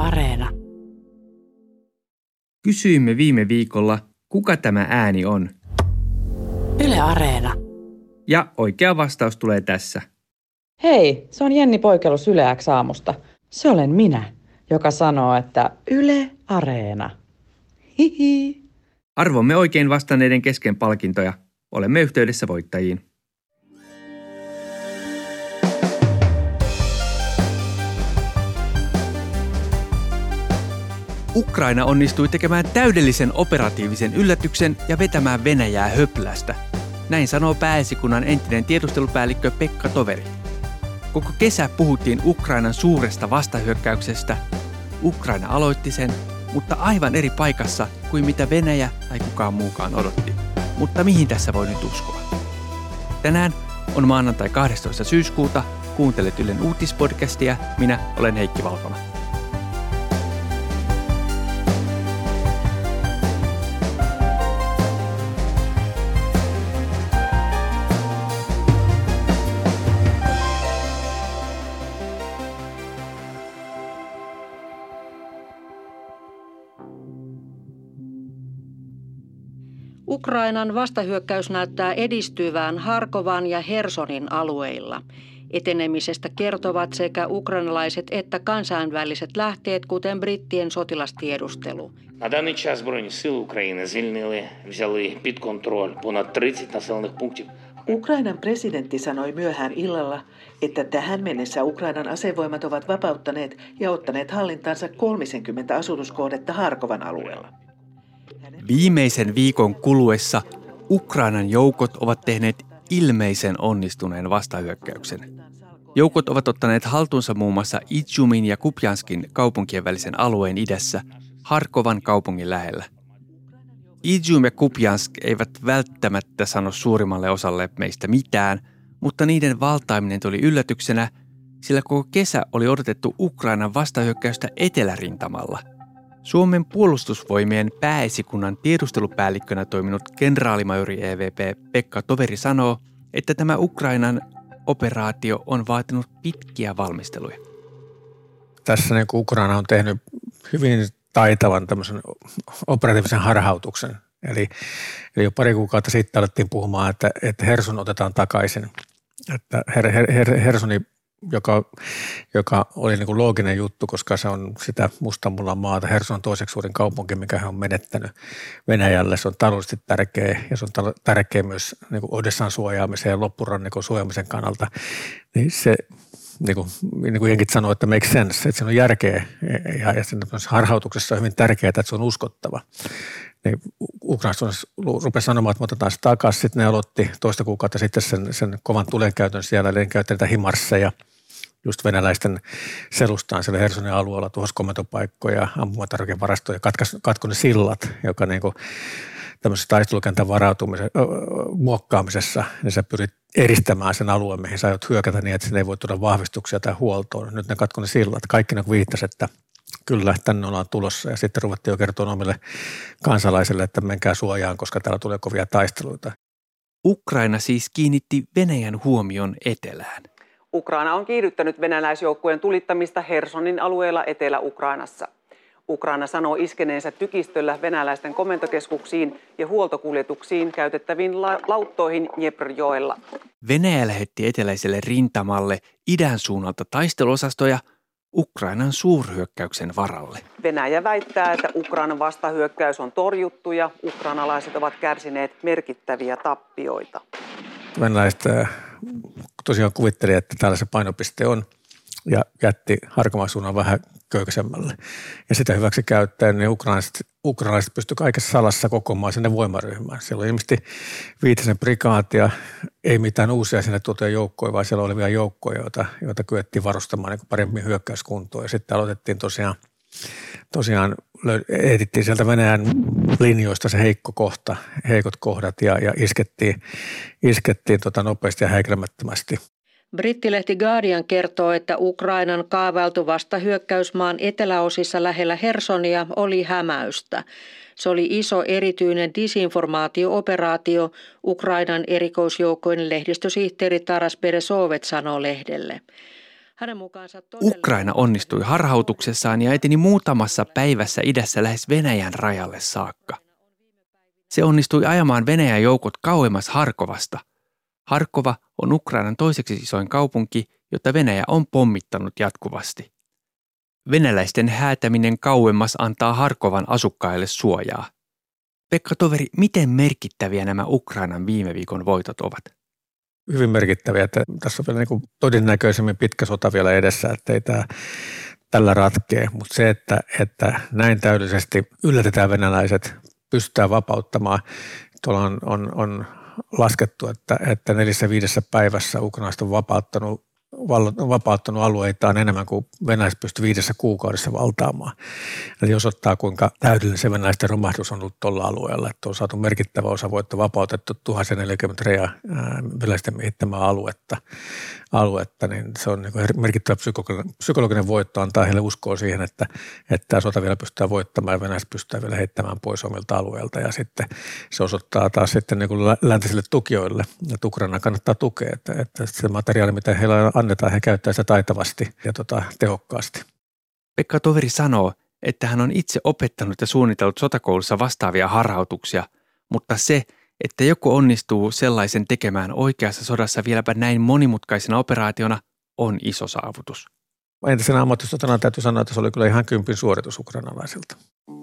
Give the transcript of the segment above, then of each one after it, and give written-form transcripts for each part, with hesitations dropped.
Areena. Kysyimme viime viikolla, kuka tämä ääni on. Yle Areena. Ja oikea vastaus tulee tässä. Hei, se on Jenni Poikelus Yle X-aamusta. Se olen minä, joka sanoo, että Yle Areena. Hihi. Arvomme oikein vastanneiden kesken palkintoja. Olemme yhteydessä voittajiin. Ukraina onnistui tekemään täydellisen operatiivisen yllätyksen ja vetämään Venäjää höplästä. Näin sanoo pääesikunnan entinen tiedustelupäällikkö Pekka Toveri. Koko kesä puhuttiin Ukrainan suuresta vastahyökkäyksestä. Ukraina aloitti sen, mutta aivan eri paikassa kuin mitä Venäjä tai kukaan muukaan odotti. Mutta mihin tässä voi nyt uskoa? Tänään on maanantai 12. syyskuuta. Kuuntelet Ylen uutispodcastia. Minä olen Heikki Valkoma. Ukrainan vastahyökkäys näyttää edistyvään Harkovan ja Hersonin alueilla. Etenemisestä kertovat sekä ukrainalaiset että kansainväliset lähteet, kuten brittien sotilastiedustelu. На даний час Збройні сили України взяли під контроль понад 30 населених пунктів. Ukrainan presidentti sanoi myöhään illalla, että tähän mennessä Ukrainan asevoimat ovat vapauttaneet ja ottaneet hallintaansa 30 asutuskohdetta Harkovan alueella. Viimeisen viikon kuluessa Ukrainan joukot ovat tehneet ilmeisen onnistuneen vastahyökkäyksen. Joukot ovat ottaneet haltuunsa muun muassa Iziumin ja Kupjanskin kaupunkien välisen alueen idässä, Harkovan kaupungin lähellä. Izium ja Kupjansk eivät välttämättä sano suurimmalle osalle meistä mitään, mutta niiden valtaaminen tuli yllätyksenä, sillä koko kesä oli odotettu Ukrainan vastahyökkäystä etelärintamalla. Suomen puolustusvoimien pääesikunnan tiedustelupäällikkönä toiminut kenraalimajori EVP Pekka Toveri sanoo, että tämä Ukrainan operaatio on vaatinut pitkiä valmisteluja. Tässä niin Ukraina on tehnyt hyvin taitavan tämmöisen operatiivisen harhautuksen. Eli jo pari kuukautta sitten alettiin puhumaan, että Herson otetaan takaisin. Että Hersoni, joka oli niin kuin looginen juttu, koska se on sitä mustamullan maata. Herson on toiseksi suurin kaupunki, mikä hän on menettänyt Venäjälle. Se on taloudellisesti tärkeä ja se on tärkeä myös niin kuin Odessan suojaamisen ja loppurannikon suojaamisen kannalta. Niin se, niin kuin jenkit sanoo, että make sense, että siinä on järkeä ja sen harhautuksessa on hyvin tärkeää, että se on uskottava. Niin ukrainalaiset rupesi sanomaan, että me otetaan se takaisin. Sitten ne aloitti toista kuukautta sitten sen kovan tulenkäytön siellä, eli käytti näitä himarsseja just venäläisten selustaan siellä Hersonin alueella, tuossa komentopaikkoja, ampumatarvikevarastoja, katkoi ne sillat, joka niin kuin tämmöisessä taistelukentän muokkaamisessa, niin sä pyrit eristämään sen alueen, mihin sä aiot hyökätä niin, että sinne ei voi tuoda vahvistuksia tai huoltoon. Nyt ne katkoi ne sillat. Kaikki ne viittasi, että kyllä tänne ollaan tulossa ja sitten ruvettiin jo kertoa omille kansalaisille, että menkää suojaan, koska täällä tulee kovia taisteluita. Ukraina siis kiinnitti Venäjän huomion etelään. Ukraina on kiihdyttänyt venäläisjoukkueen tulittamista Hersonin alueella Etelä-Ukrainassa. Ukraina sanoo iskeneensä tykistöllä venäläisten komentokeskuksiin ja huoltokuljetuksiin käytettäviin lauttoihin Dnieprjoella. Venäjä lähetti eteläiselle rintamalle idän suunnalta taisteluosastoja Ukrainan suurhyökkäyksen varalle. Venäjä väittää, että Ukrainan vastahyökkäys on torjuttu ja ukrainalaiset ovat kärsineet merkittäviä tappioita. Venäläiset tosiaan kuvitteli, että täällä se painopiste on ja jätti Harkovan suunnan vähän köykäisemmälle. Ja sitä hyväksi käyttäen niin ukrainalaiset pystyivät kaikessa salassa kokoamaan sinne voimaryhmään. Siellä oli ilmeisesti 5 prikaatia, ei mitään uusia sinne tuotuja joukkoja, vaan siellä olevia joukkoja, joita kyettiin varustamaan niin paremmin hyökkäyskuntoon. Ja sitten aloitettiin tosiaan etittiin sieltä Venäjän linjoista se heikot kohdat ja iskettiin nopeasti ja häikäilemättömästi. Brittilehti Guardian kertoo, että Ukrainan kaavailtu vastahyökkäys maan eteläosissa lähellä Hersonia oli hämäystä. Se oli iso erityinen disinformaatio-operaatio, Ukrainan erikoisjoukkojen lehdistösihteeri Taras Berezovet sanoo lehdelle. Hänen mukaansa Ukraina onnistui harhautuksessaan ja eteni muutamassa päivässä idässä lähes Venäjän rajalle saakka. Se onnistui ajamaan Venäjän joukot kauemmas Harkovasta. Harkova on Ukrainan toiseksi isoin kaupunki, jota Venäjä on pommittanut jatkuvasti. Venäläisten häätäminen kauemmas antaa Harkovan asukkaille suojaa. Pekka Toveri, miten merkittäviä nämä Ukrainan viime viikon voitot ovat? Hyvin merkittäviä, että tässä on vielä niin todennäköisemmin pitkä sota vielä edessä, että ei tämä tällä ratkee, mutta se, että näin täydellisesti yllätetään venäläiset, pystytään vapauttamaan. Tuolla on laskettu, että 4-5 päivässä ukrainalaiset on vapauttanut alueitaan enemmän kuin venäläiset pystyy 5 kuukaudessa valtaamaan. Eli osoittaa, kuinka täydellinen se venäläisten romahdus on ollut tuolla alueella. Että on saatu merkittävä osa voitto vapautettu 1040 venäläisten miehittämää aluetta, niin se on niin merkittävä psykologinen voitto, antaa heille uskoa siihen, että tämä sota vielä pystytään voittamaan ja venäläiset pystytään vielä heittämään pois omilta alueilta. Ja sitten se osoittaa taas sitten niin kuin läntisille tukijoille, että Ukraina kannattaa tukea, että se materiaali, mitä heillä annetaan, he käyttää sitä taitavasti ja tehokkaasti. Pekka Toveri sanoo, että hän on itse opettanut ja suunnitellut sotakoulussa vastaavia harhautuksia, mutta se, että joku onnistuu sellaisen tekemään oikeassa sodassa vieläpä näin monimutkaisena operaationa, on iso saavutus. Entisenä ammattisotilaana täytyy sanoa, että se oli kyllä ihan kympin suoritus ukrainalaisilta.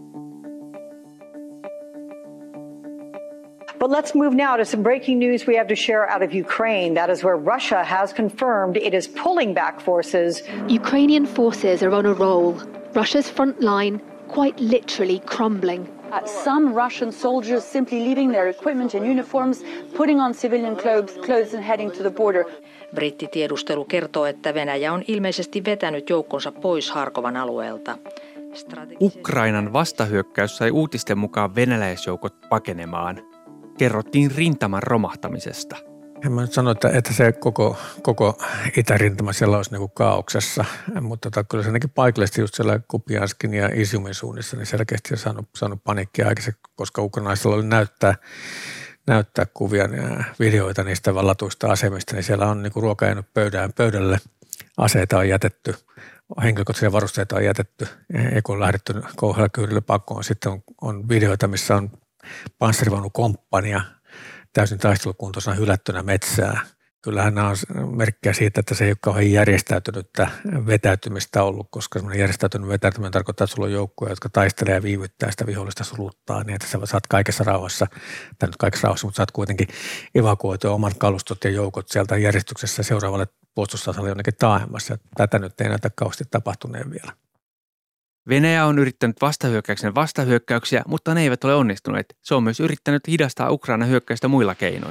But let's move now to some breaking news we have to share out of Ukraine. That is where Russia has confirmed it is pulling back forces. Ukrainian forces are on a roll. Russia's front line quite literally crumbling. Some Russian soldiers simply leaving their equipment and uniforms, putting on civilian clothes and heading to the border. Brittitiedustelu kertoo, että Venäjä on ilmeisesti vetänyt joukkonsa pois Harkovan alueelta. Ukrainan vastahyökkäys sai uutisten mukaan venäläisjoukot pakenemaan. Kerrottiin rintaman romahtamisesta. En mä nyt sano, että se koko itärintama siellä olisi niin kuin kaauksessa, mutta kyllä se ainakin paikallisesti just siellä Kupianskin ja Iziumin suunnissa niin selkeästi on saanut paniikkia aikaisemmin, koska ukrainalaisilla oli näyttää kuvia ja videoita niistä vallatuista asemista, niin siellä on niin kuin ruoka jäänyt pöydälle, aseita on jätetty, henkilökohtaisia varusteita on jätetty, ei kun on lähdetty kouhella kyydille pakoon. Sitten on videoita, missä on panssarivaunukomppania täysin taistelukuntoisena hylättynä metsää. Kyllähän nämä on merkkejä siitä, että se ei ole kauhean järjestäytynyttä vetäytymistä ollut, koska semmoinen järjestäytynyt vetäytyminen tarkoittaa, että sulla on joukkoja, jotka taistelee ja viivyttää sitä vihollista suluttaa, niin että sä saat kaikessa rauhassa, mutta saat kuitenkin evakuoitua omat kalustot ja joukot sieltä järjestyksessä seuraavalle puolustustasolle jonnekin taahemmassa. Tätä nyt ei näytä kauheasti tapahtuneen vielä. Venäjä on yrittänyt vastahyökkäyksiä, mutta ne eivät ole onnistuneet. Se on myös yrittänyt hidastaa Ukrainan hyökkäystä muilla keinoin.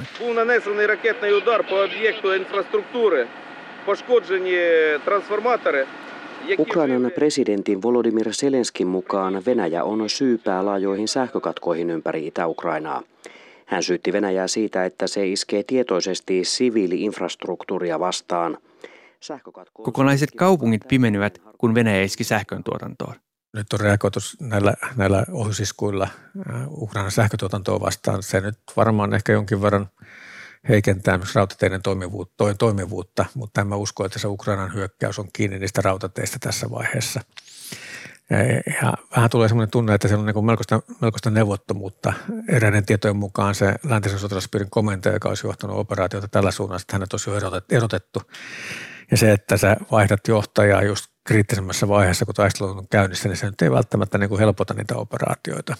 Ukrainan presidentin Volodymyr Zelenskin mukaan Venäjä on syypää laajoihin sähkökatkoihin ympäri Itä-Ukrainaa. Hän syytti Venäjää siitä, että se iskee tietoisesti siviili-infrastruktuuria vastaan. Kokonaiset kaupungit pimenivät, kun Venäjä iski sähköntuotantoon. Nyt on reagoitu näillä ohjusiskuilla Ukrainan sähkötuotantoa vastaan. Se nyt varmaan ehkä jonkin verran heikentää rautateiden toimivuutta, mutta en mä usko, että se Ukrainan hyökkäys on kiinni niistä rautateistä tässä vaiheessa. Ja vähän tulee sellainen tunne, että siellä on niin melkoista neuvottomuutta. Eräiden tietojen mukaan se läntisen sotilaspiirin komentaja, joka olisi johtanut operaatiota tällä suunnassa, että hänet olisi jo erotettu. Ja se, että sä vaihdat johtajaa just kriittisemmässä vaiheessa, kun taistelu on käynnissä, niin se nyt ei välttämättä niin kuin helpota niitä operaatioita.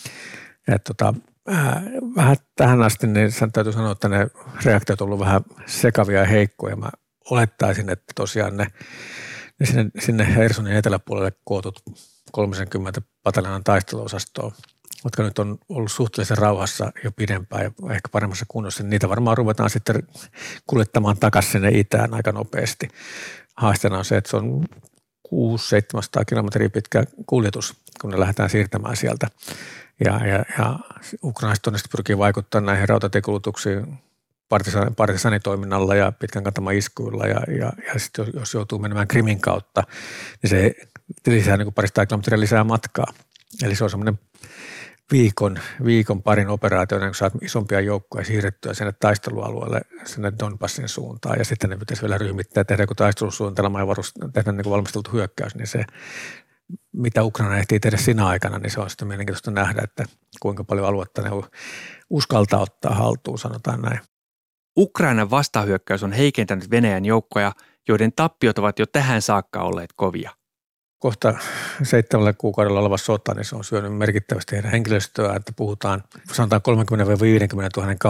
Vähän tähän asti niin sen täytyy sanoa, että ne reaktiot on ollut vähän sekavia ja heikkoja. Mä olettaisin, että tosiaan ne sinne Hersonin eteläpuolelle kootut 30 pataljoonan taisteluosastoa, jotka nyt on ollut suhteellisen rauhassa jo pidempään ja ehkä paremmassa kunnossa, niin niitä varmaan ruvetaan sitten kuljettamaan takaisin sinne itään aika nopeasti. Haasteena on se, että se on 600-700 kilometriä pitkä kuljetus, kun ne lähdetään siirtämään sieltä. Ja ukrainalaiset todennäköisesti pyrkii vaikuttamaan näihin rautatiekulutuksiin partisanitoiminnalla ja pitkän kantaman iskuilla ja sitten jos joutuu menemään Krimin kautta, niin se lisää niin kuin 200 kilometriä lisää matkaa. Eli se on semmoinen viikon parin operaatioita, kun saat isompia joukkoja siirrettyä sinne taistelualueelle, sinne Donbassin suuntaan, ja sitten ne pitäisi vielä ryhmittää, tehdä joku taistelusuunnitelma ja tehdä niin kuin valmisteltu hyökkäys, niin se, mitä Ukraina ehtii tehdä siinä aikana, niin se on sitten mielenkiintoista nähdä, että kuinka paljon aluetta ne uskaltaa ottaa haltuun, sanotaan näin. Ukrainan vastahyökkäys on heikentänyt Venäjän joukkoja, joiden tappiot ovat jo tähän saakka olleet kovia. Kohta 7 kuukaudella oleva sota, niin se on syönyt merkittävästi heidän henkilöstöä, että puhutaan sanotaan 30-50 000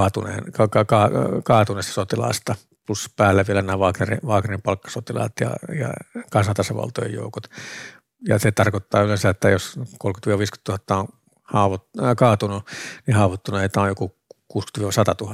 kaatuneesta sotilaasta, plus päälle vielä nämä Wagnerin palkkasotilaat ja kansantasavaltojen joukot. Ja se tarkoittaa yleensä, että jos 30-50 000 on kaatunut, niin haavoittuneita on joku 60-100 000.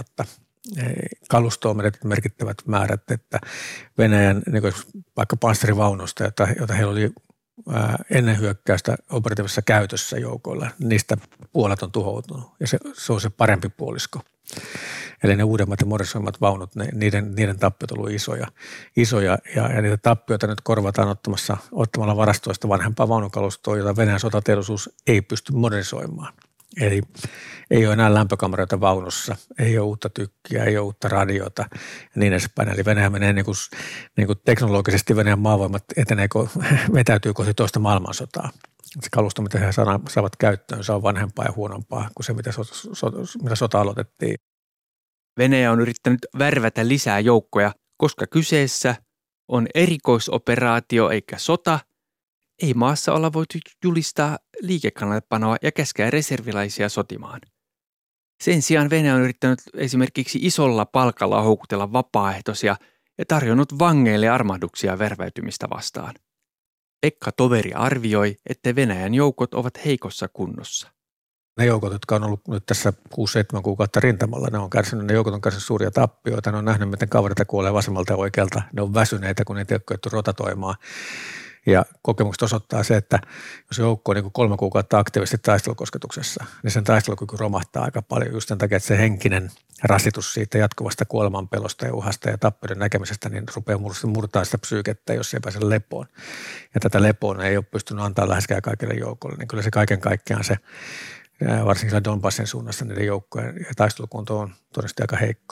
Kalustoa on menetty merkittävät määrät, että Venäjän niin vaikka panssarivaunusta, jota heillä oli ennen hyökkäystä operatiivisessa käytössä joukoilla, niistä puolet on tuhoutunut ja se on se parempi puolisko. Eli ne uudemmat ja modernisoimmat vaunut, niiden tappiot on ollut isoja ja niitä tappioita nyt korvataan ottamalla varastoista vanhempaa vaunukalustoa, jota Venäjän sotateollisuus ei pysty modernisoimaan. Eli ei ole enää lämpökameroita vaunussa, ei ole uutta tykkiä, ei ole uutta radiota ja niin edespäin. Eli Venäjä menee niin kuin teknologisesti Venäjän maavoimat vetäytyy kohti toista maailmansotaa. Se kalusto, mitä he saavat käyttöön, se on vanhempaa ja huonompaa kuin se, mitä sota aloitettiin. Venäjä on yrittänyt värvätä lisää joukkoja, koska kyseessä on erikoisoperaatio eikä sota. Ei maassa olla voitu julistaa liikekannallepanoa ja käskeä reserviläisiä sotimaan. Sen sijaan Venäjä on yrittänyt esimerkiksi isolla palkalla houkutella vapaaehtoisia ja tarjonnut vangeille armahduksia värväytymistä vastaan. Pekka Toveri arvioi, että Venäjän joukot ovat heikossa kunnossa. Ne joukot, jotka on ollut nyt tässä 6-7 kuukautta rintamalla, ne joukot on kärsinyt suuria tappioita. Ne on nähnyt, miten kavereita kuolee vasemmalta ja oikealta. Ne on väsyneitä, kun niitä ei ole kyetty rotatoimaan. Ja kokemukset osoittaa se, että jos joukko on niin kuin 3 kuukautta aktiivisesti taistelukosketuksessa, niin sen taistelukyky romahtaa aika paljon just sen takia, että se henkinen rasitus siitä jatkuvasta kuolemanpelosta ja uhasta ja tappioiden näkemisestä, niin rupeaa murtaa sitä psyykettä, jos ei pääse lepoon. Ja tätä lepoon ei ole pystynyt antaa läheskään kaikille joukoille, niin kyllä se kaiken kaikkiaan se, varsinkin siellä Donbassin suunnassa, niiden joukkojen ja taistelukunto on todennäköisesti aika heikko.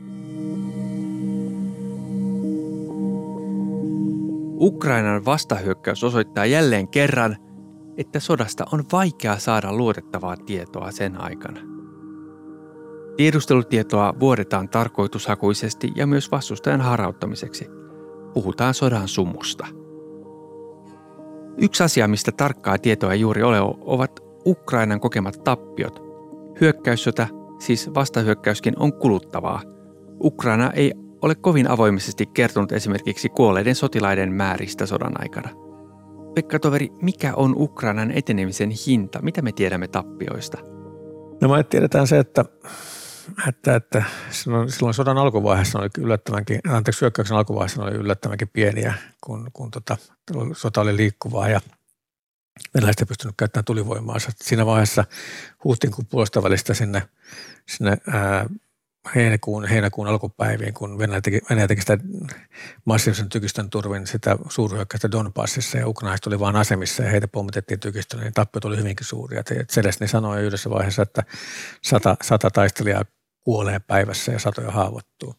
Ukrainan vastahyökkäys osoittaa jälleen kerran, että sodasta on vaikea saada luotettavaa tietoa sen aikana. Tiedustelutietoa vuodetaan tarkoitushakuisesti ja myös vastustajan harhauttamiseksi. Puhutaan sodan sumusta. Yksi asia, mistä tarkkaa tietoa ei juuri ole, ovat Ukrainan kokemat tappiot. Hyökkäyssota, siis vastahyökkäyskin, on kuluttavaa. Ukraina ei ole kovin avoimesti kertonut esimerkiksi kuolleiden sotilaiden määristä sodan aikana. Pekka Toveri, mikä on Ukrainan etenemisen hinta? Mitä me tiedämme tappioista? No me tiedetään se, että silloin sodan alkuvaiheessa oli hyökkäyksen alkuvaiheessa oli yllättävänkin pieniä, kun sota oli liikkuvaa ja venäläiset ei pystynyt käyttämään tulivoimaa. Siinä vaiheessa huhtikuun puolesta välistä sinne heinäkuun alkupäiviin, kun Venäjä teki sitä massiivisen tykistön turvin sitä suurhyökkäystä Donbassissa ja ukrainalaiset oli vain asemissa ja heitä pommitettiin tykistöllä, niin tappiot oli hyvinkin suuria. Zelenskyy sanoi yhdessä vaiheessa, että 100 taistelijaa kuolee päivässä ja 100 haavoittuu.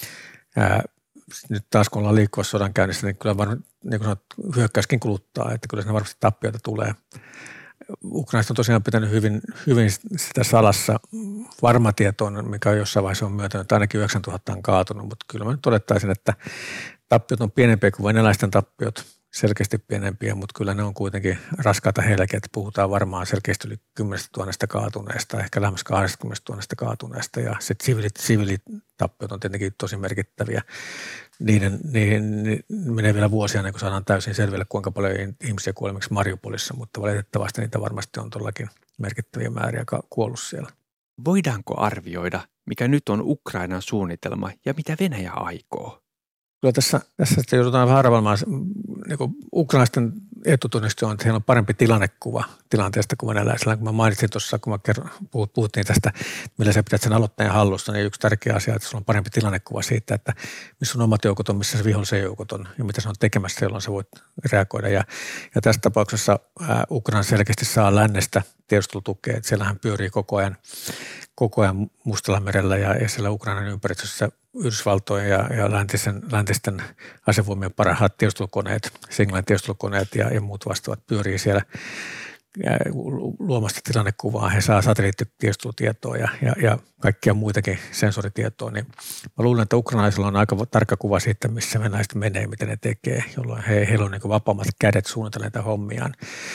Nyt taas kun ollaan liikkuvassa sodan käynnissä, niin kyllä niin kuin sanot, hyökkäyskin kuluttaa, että kyllä siinä varmasti tappioita tulee. Ukrainaiset on tosiaan pitänyt hyvin sitä salassa. Varma tieto on, mikä jossain vaiheessa on myötänyt, että ainakin 9000 on kaatunut, mutta kyllä mä nyt todettaisin, että tappiot on pienempiä kuin venäläisten tappiot, selkeästi pienempiä, mutta kyllä ne on kuitenkin raskaita heilläkin, että puhutaan varmaan selkeästi yli 10 000 kaatuneesta, ehkä lähemmäs 20 000 kaatuneesta ja sitten siviilitappiot on tietenkin tosi merkittäviä. Niiden menee vielä vuosia ennen kuin saadaan täysin selville, kuinka paljon ihmisiä kuolee esimerkiksi Mariupolissa, mutta valitettavasti niitä varmasti on todellakin merkittäviä määriä kuollut siellä. Voidaanko arvioida, mikä nyt on Ukrainan suunnitelma ja mitä Venäjä aikoo? Kyllä tässä joudutaan vähän arvailemaan, niin ukrainaisten etutunniste on, että heillä on parempi tilannekuva tilanteesta kuin venäläisellä. Kun mä mainitsin tuossa, kun puhuttiin tästä, millä sä pidät sen aloitteen hallussa, niin yksi tärkeä asia, että sulla on parempi tilannekuva siitä, että missä on omat joukot on, missä se vihollisen joukot on ja mitä se on tekemässä, jolloin sä voit reagoida. Ja tässä tapauksessa Ukraina selkeästi saa lännestä tiedustelutukea. Että siellähän pyörii koko ajan Mustalla merellä ja siellä Ukrainan ympäristössä Yhdysvaltojen ja läntisten asevoimien parhaat tiedustelukoneet, signaalitiedustelukoneet ja muut vastaavat pyörii siellä luomasta tilannekuvaa. He saa satelliittitiedustelutietoa ja kaikkia muitakin sensoritietoa. Niin mä luulen, että ukrainalaisilla on aika tarkka kuva siitä, missä venäläiset menee, miten ne tekee, jolloin heillä on niin vapaammat kädet suunnitella näitä hommiaan.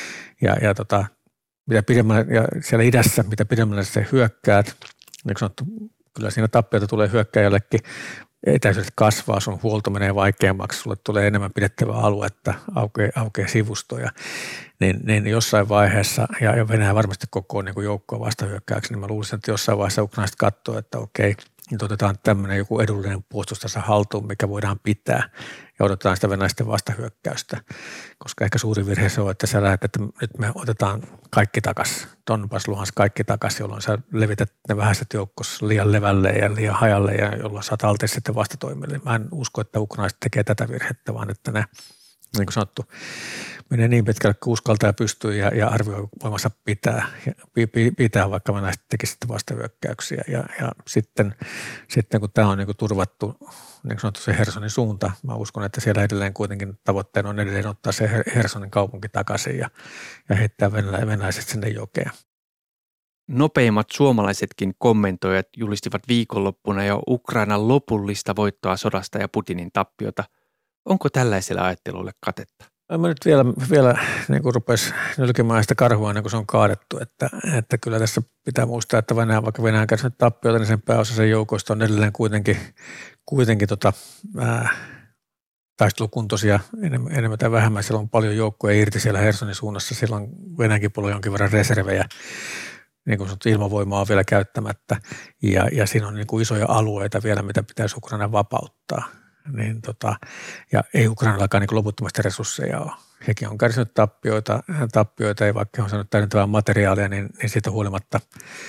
Mitä pidemmälle, ja siellä idässä, mitä pidemmälle se hyökkäät, niin sanottu, kyllä siinä tappioita tulee hyökkäjällekin, etäisyydet kasvaa, sun huolto menee vaikeammaksi, sulle tulee enemmän pidettävää aluetta, aukeaa sivustoja, niin jossain vaiheessa, ja Venäjä varmasti koko niin joukkoa vastahyökkäyksi, niin mä luulisin, että jossain vaiheessa ukrainaiset katsoo, että okei, nyt otetaan tämmöinen joku edullinen puolustus tässä haltuun, mikä voidaan pitää, ja odotetaan sitä venäläisten vastahyökkäystä, koska ehkä suuri virhe se on, että sä lähdet, että nyt me otetaan kaikki takaisin, Donbass, Luhansk kaikki takaisin, jolloin sä levität ne vähäiset joukkossa liian levälle ja liian hajalle, ja jolloin saat altis sitten vastatoimille. Mä en usko, että ukrainaiset tekee tätä virhettä, vaan että ne, niin kuin sanottu, menee niin pitkälle, kun uskaltaa ja pystyy ja arvioi voimassa pitää vaikka mä näistä tekisi sitten vastahyökkäyksiä. Ja sitten kun tämä on niin kuin turvattu, niin kuin sanottu se Hersonin suunta, mä uskon, että siellä edelleen kuitenkin tavoitteena on edelleen ottaa se Hersonin kaupunki takaisin ja heittää venäläiset sinne jokeen. Nopeimmat suomalaisetkin kommentoijat julistivat viikonloppuna jo Ukrainan lopullista voittoa sodasta ja Putinin tappiota. Onko tällaiselle ajattelulle katetta? Mä nyt vielä niin kuin rupesi nylkemään sitä karhua ennen kuin se on kaadettu, että kyllä tässä pitää muistaa, että vaikka Venäjä on kärsinyt tappiota, niin sen pääosa sen joukoista on edelleen kuitenkin taistelukuntoisia enemmän tai vähemmän. Siellä on paljon joukkoja irti siellä Hersonin suunnassa, siellä on Venäjänkin puolella jonkin verran reservejä, niin kuin sanottu, ilmavoimaa on vielä käyttämättä ja siinä on niin kuin isoja alueita vielä, mitä pitäisi Ukraina vapauttaa. Ja ei Ukrainallakaan niin loputtomasti resursseja ole. Hekin on kärsinyt tappioita ja vaikka on saanut täydentävää materiaalia, niin siitä huolimatta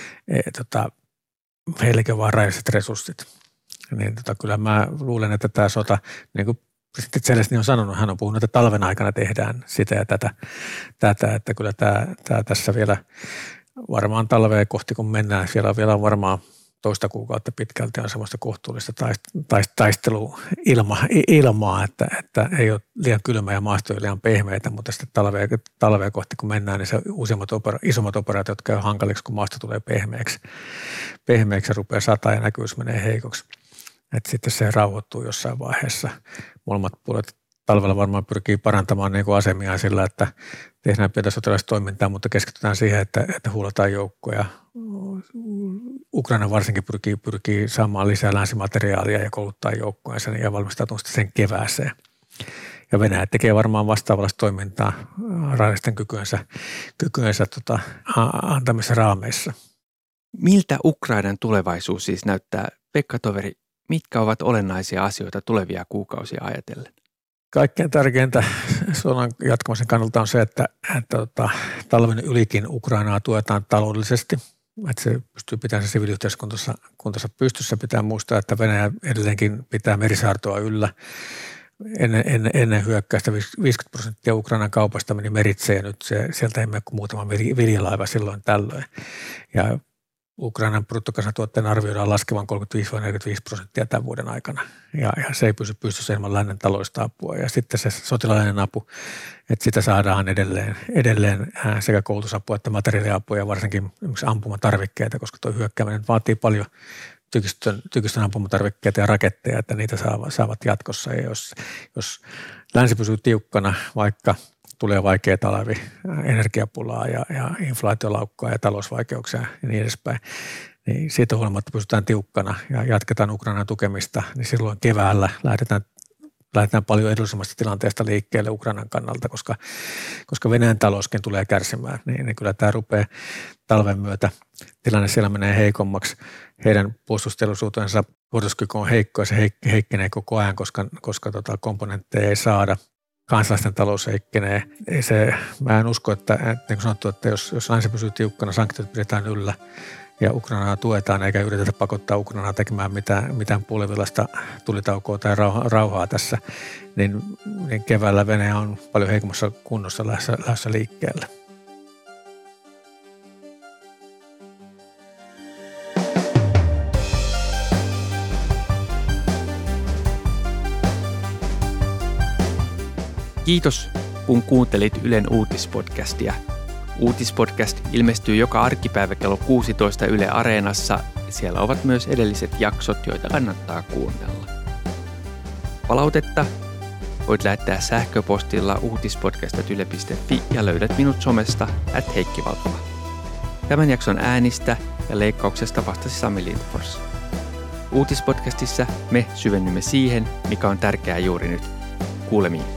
heilläkin on vaan rajalliset resurssit. Kyllä mä luulen, että tämä sota, niin kuin sitten Zelensky on sanonut, hän on puhunut, että talven aikana tehdään sitä ja tätä että kyllä tämä tässä vielä varmaan talvea kohti, kun mennään, siellä on vielä varmaan toista kuukautta pitkälti on semmoista kohtuullista taisteluilmaa, että ei ole liian kylmä ja maasto ei liian pehmeitä, mutta sitten talvea kohti kun mennään, niin se isommat operaatiot käy hankaliksi, kun maasto tulee pehmeäksi ja rupeaa sataa ja näkyvyys menee heikoksi. Että sitten se rauhoittuu jossain vaiheessa. Molemmat puolet talvella varmaan pyrkii parantamaan niin kuin asemiaan sillä, että tehdään pientä sotilastoimintaa, mutta keskitytään siihen, että huolataan joukkoja. Ukraina varsinkin pyrkii saamaan lisää länsimateriaalia ja kouluttaa joukkoja ja valmistautuu sen kevääseen. Ja Venäjä tekee varmaan vastaavallista toimintaa rajallisten kykyensä antamissa raameissa. Miltä Ukrainan tulevaisuus siis näyttää? Pekka Toveri, mitkä ovat olennaisia asioita tulevia kuukausia ajatellen? Kaikkein tärkeintä sodan jatkamisen kannalta on se, että talven ylikin Ukrainaa tuetaan taloudellisesti, että se pystyy pitämään se siviiliyhteiskuntansa pystyssä. Pitää muistaa, että Venäjä edelleenkin pitää merisaartoa yllä. Ennen hyökkäystä 50% Ukrainan kaupasta meni meritse ja nyt sieltä ei mene kuin muutama viljalaiva silloin tällöin. Ja Ukrainan bruttokansantuotteen arvioidaan laskevan 35-45% tämän vuoden aikana, ja se ei pysy pystyssä ilman lännen taloudellista apua. Ja sitten se sotilaallinen apu, että sitä saadaan edelleen sekä koulutusapua että materiaaliapua ja varsinkin ampumatarvikkeita, koska tuo hyökkääminen vaatii paljon tykistön ampumatarvikkeita ja raketteja, että niitä saavat jatkossa. Ja jos länsi pysyy tiukkana, vaikka tulee vaikea talvi, energiapulaa ja inflaatiolaukkaa ja talousvaikeuksia ja niin edespäin, niin siitä huolimatta pysytään tiukkana ja jatketaan Ukrainan tukemista, niin silloin keväällä lähdetään paljon edullisemmasta tilanteesta liikkeelle Ukrainan kannalta, koska Venäjän talouskin tulee kärsimään, niin kyllä tämä rupeaa talven myötä, tilanne siellä menee heikommaksi, heidän puolustusteollisuutensa puolustuskyky on heikko ja se heikkenee koko ajan, koska komponentteja ei saada. Kansalaisten talous heikkenee. Mä en usko, että niin kuin sanottu, että jos länsi pysyy tiukkana, sanktiot pidetään yllä ja Ukrainaa tuetaan eikä yritetä pakottaa Ukrainaa tekemään mitään puolivillaista tulitaukoa tai rauhaa tässä, niin keväällä Venäjä on paljon heikommassa kunnossa lähdössä liikkeelle. Kiitos, kun kuuntelit Ylen uutispodcastia. Uutispodcast ilmestyy joka arkipäivä kello 16 Yle Areenassa. Siellä ovat myös edelliset jaksot, joita kannattaa kuunnella. Palautetta voit lähettää sähköpostilla uutispodcast@yle.fi ja löydät minut somesta @heikkivaltola. Tämän jakson äänistä ja leikkauksesta vastasi Sami Lindfors. Uutispodcastissa me syvennymme siihen, mikä on tärkeää juuri nyt. Kuulemiin.